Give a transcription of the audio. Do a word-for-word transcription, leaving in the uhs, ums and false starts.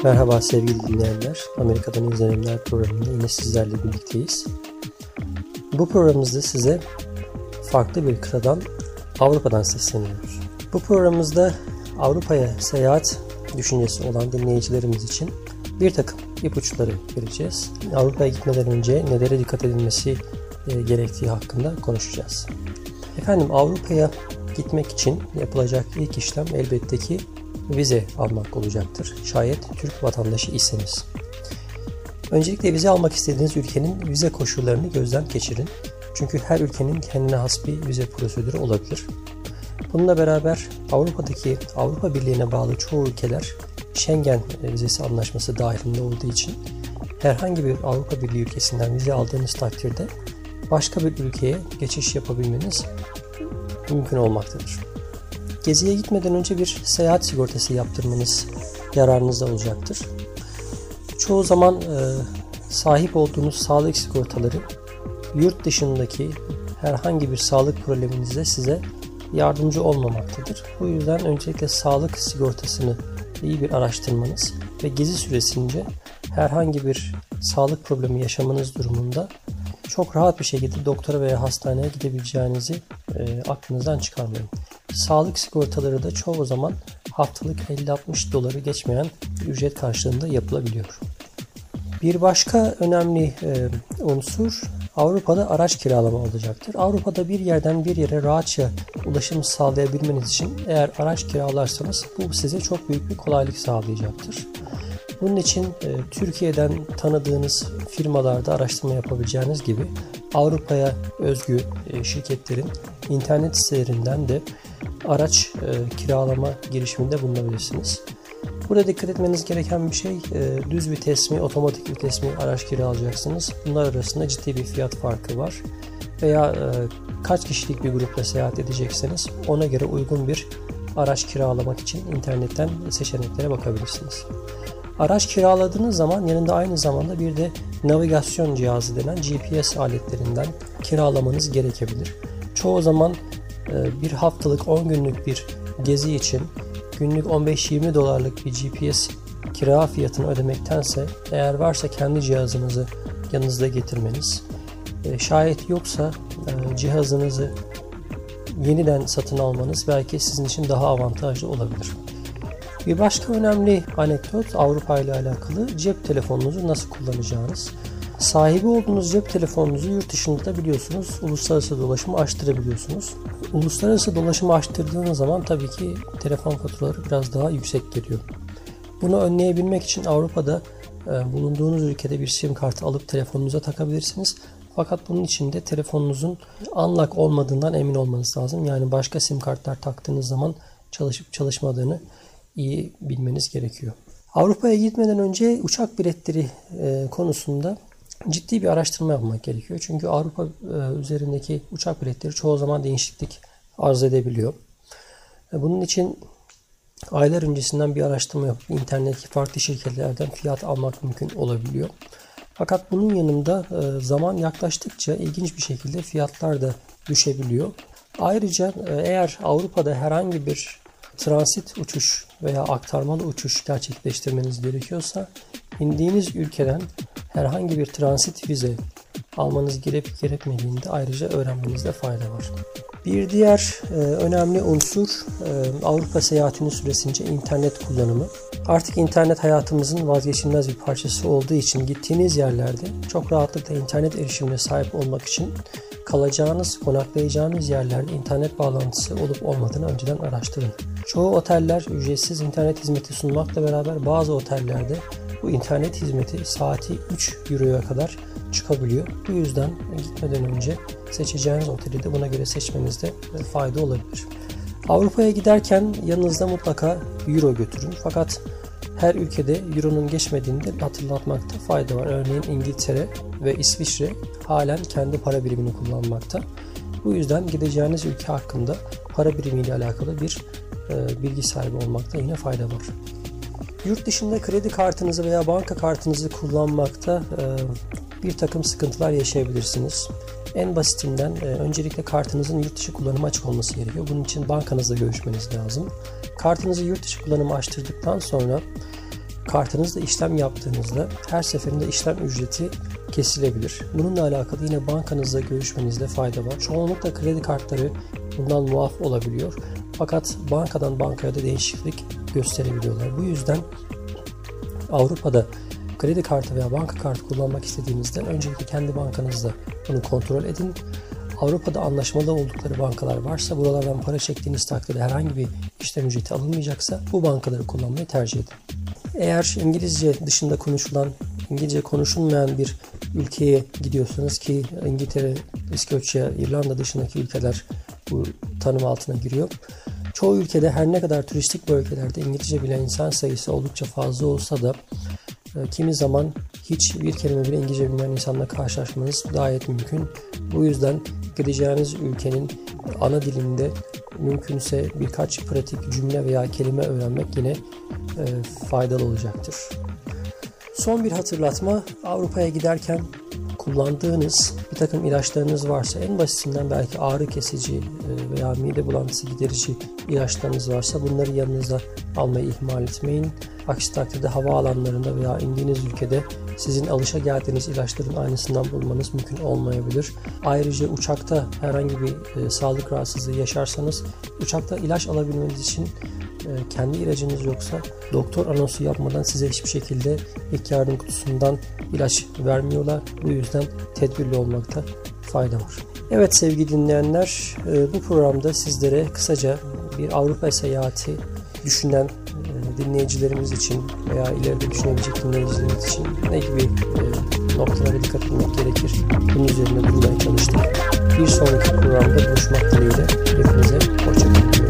Merhaba sevgili dinleyenler, Amerika'dan İzlenimler programında yine sizlerle birlikteyiz. Bu programımızda size farklı bir kıtadan, Avrupa'dan sesleniyoruz. Bu programımızda Avrupa'ya seyahat düşüncesi olan dinleyicilerimiz için bir takım ipuçları vereceğiz. Avrupa'ya gitmeden önce nelere dikkat edilmesi gerektiği hakkında konuşacağız. Efendim, Avrupa'ya gitmek için yapılacak ilk işlem elbette ki vize almak olacaktır. Şayet Türk vatandaşı iseniz. Öncelikle vize almak istediğiniz ülkenin vize koşullarını gözden geçirin. Çünkü her ülkenin kendine has bir vize prosedürü olabilir. Bununla beraber Avrupa'daki Avrupa Birliği'ne bağlı çoğu ülkeler Schengen vizesi anlaşması dahilinde olduğu için herhangi bir Avrupa Birliği ülkesinden vize aldığınız takdirde başka bir ülkeye geçiş yapabilmeniz mümkün olmaktadır. Geziye gitmeden önce bir seyahat sigortası yaptırmanız yararınızda olacaktır. Çoğu zaman e, sahip olduğunuz sağlık sigortaları yurt dışındaki herhangi bir sağlık probleminizde size yardımcı olmamaktadır. Bu yüzden öncelikle sağlık sigortasını iyi bir araştırmanız ve gezi süresince herhangi bir sağlık problemi yaşamanız durumunda çok rahat bir şekilde doktora veya hastaneye gidebileceğinizi e, aklınızdan çıkarmayın. Sağlık sigortaları da çoğu zaman haftalık elli altmış doları geçmeyen ücret karşılığında yapılabiliyor. Bir başka önemli e, unsur Avrupa'da araç kiralama olacaktır. Avrupa'da bir yerden bir yere rahatça ulaşım sağlayabilmeniz için eğer araç kiralarsanız bu size çok büyük bir kolaylık sağlayacaktır. Bunun için e, Türkiye'den tanıdığınız firmalarda araştırma yapabileceğiniz gibi Avrupa'ya özgü e, şirketlerin internet sitelerinden de araç e, kiralama girişiminde bulunabilirsiniz. Burada dikkat etmeniz gereken bir şey e, düz vites mi, otomatik vites mi araç kiralayacaksınız. Bunlar arasında ciddi bir fiyat farkı var. Veya e, kaç kişilik bir grupla seyahat edecekseniz ona göre uygun bir araç kiralamak için internetten seçeneklere bakabilirsiniz. Araç kiraladığınız zaman yanında aynı zamanda bir de navigasyon cihazı denen G P S aletlerinden kiralamanız gerekebilir. Çoğu zaman bir haftalık on günlük bir gezi için günlük on beş yirmi dolarlık bir G P S kira fiyatını ödemektense eğer varsa kendi cihazınızı yanınızda getirmeniz, şayet yoksa cihazınızı yeniden satın almanız belki sizin için daha avantajlı olabilir. Bir başka önemli anekdot Avrupa ile alakalı cep telefonunuzu nasıl kullanacağınız. Sahibi olduğunuz cep telefonunuzu yurt dışında da biliyorsunuz uluslararası dolaşımı açtırabiliyorsunuz. Uluslararası dolaşımı açtırdığınız zaman tabii ki telefon faturaları biraz daha yüksek geliyor. Bunu önleyebilmek için Avrupa'da e, bulunduğunuz ülkede bir sim kartı alıp telefonunuza takabilirsiniz. Fakat bunun için de telefonunuzun unlock olmadığından emin olmanız lazım. Yani başka sim kartlar taktığınız zaman çalışıp çalışmadığını iyi bilmeniz gerekiyor. Avrupa'ya gitmeden önce uçak biletleri e, konusunda ciddi bir araştırma yapmak gerekiyor. Çünkü Avrupa e, üzerindeki uçak biletleri çoğu zaman değişiklik arz edebiliyor. E, bunun için aylar öncesinden bir araştırma yapıp internetteki farklı şirketlerden fiyat almak mümkün olabiliyor. Fakat bunun yanında e, zaman yaklaştıkça ilginç bir şekilde fiyatlar da düşebiliyor. Ayrıca e, eğer Avrupa'da herhangi bir transit uçuş veya aktarmalı uçuş gerçekleştirmeniz gerekiyorsa indiğiniz ülkeden herhangi bir transit vize almanız gerek gerekmediğini de ayrıca öğrenmenizde fayda var. Bir diğer e, önemli unsur e, Avrupa seyahatinin süresince internet kullanımı. Artık internet hayatımızın vazgeçilmez bir parçası olduğu için gittiğiniz yerlerde çok rahatlıkla internet erişimine sahip olmak için kalacağınız, konaklayacağınız yerlerde internet bağlantısı olup olmadığını önceden araştırın. Çoğu oteller ücretsiz internet hizmeti sunmakla beraber bazı otellerde bu internet hizmeti saati üç euroya kadar çıkabiliyor. Bu yüzden gitmeden önce seçeceğiniz oteli de buna göre seçmenizde fayda olabilir. Avrupa'ya giderken yanınızda mutlaka euro götürün. Fakat her ülkede euronun geçmediğini de hatırlatmakta fayda var. Örneğin İngiltere ve İsviçre halen kendi para birimini kullanmakta. Bu yüzden gideceğiniz ülke hakkında para birimiyle alakalı bir e, bilgi sahibi olmakta yine fayda var. Yurt dışında kredi kartınızı veya banka kartınızı kullanmakta e, bir takım sıkıntılar yaşayabilirsiniz. En basitinden e, öncelikle kartınızın yurt dışı kullanımı açık olması gerekiyor. Bunun için bankanızla görüşmeniz lazım. Kartınızı yurt dışı kullanımı açtırdıktan sonra kartınızla işlem yaptığınızda her seferinde işlem ücreti kesilebilir. Bununla alakalı yine bankanızla görüşmenizde fayda var. Çoğunlukla kredi kartları bundan muaf olabiliyor. Fakat bankadan bankaya da değişiklik gösterebiliyorlar. Bu yüzden Avrupa'da kredi kartı veya banka kartı kullanmak istediğinizde öncelikle kendi bankanızla bunu kontrol edin. Avrupa'da anlaşmalı oldukları bankalar varsa, buralardan para çektiğiniz takdirde herhangi bir işlem ücreti alınmayacaksa bu bankaları kullanmayı tercih edin. Eğer İngilizce dışında konuşulan, İngilizce konuşulmayan bir ülkeye gidiyorsanız ki İngiltere, İskoçya, İrlanda dışındaki ülkeler bu tanım altına giriyor. Çoğu ülkede her ne kadar turistik bölgelerde İngilizce bilen insan sayısı oldukça fazla olsa da kimi zaman hiç bir kelime bile İngilizce bilmeyen insanla karşılaşmanız gayet mümkün. Bu yüzden gideceğiniz ülkenin ana dilinde mümkünse birkaç pratik cümle veya kelime öğrenmek yine e, faydalı olacaktır. Son bir hatırlatma, Avrupa'ya giderken kullandığınız bir takım ilaçlarınız varsa, en basitinden belki ağrı kesici veya mide bulantısı giderici ilaçlarınız varsa bunları yanınıza almayı ihmal etmeyin. Aksi takdirde havaalanlarında veya indiğiniz ülkede sizin alışageldiğiniz ilaçların aynısından bulmanız mümkün olmayabilir. Ayrıca uçakta herhangi bir e, sağlık rahatsızlığı yaşarsanız uçakta ilaç alabilmeniz için e, kendi ilacınız yoksa doktor anonsu yapmadan size hiçbir şekilde ilk yardım kutusundan ilaç vermiyorlar. Bu yüzden tedbirli olmakta fayda var. Evet sevgili dinleyenler, e, bu programda sizlere kısaca bir Avrupa seyahati düşünen dinleyicilerimiz için veya ileride düşünebilecek dinleyicilerimiz için ne gibi e, noktalara dikkat etmek gerekir, bunun üzerine durmaya çalıştık. Bir sonraki programda buluşmak dileğiyle hepinize hoşça kalın.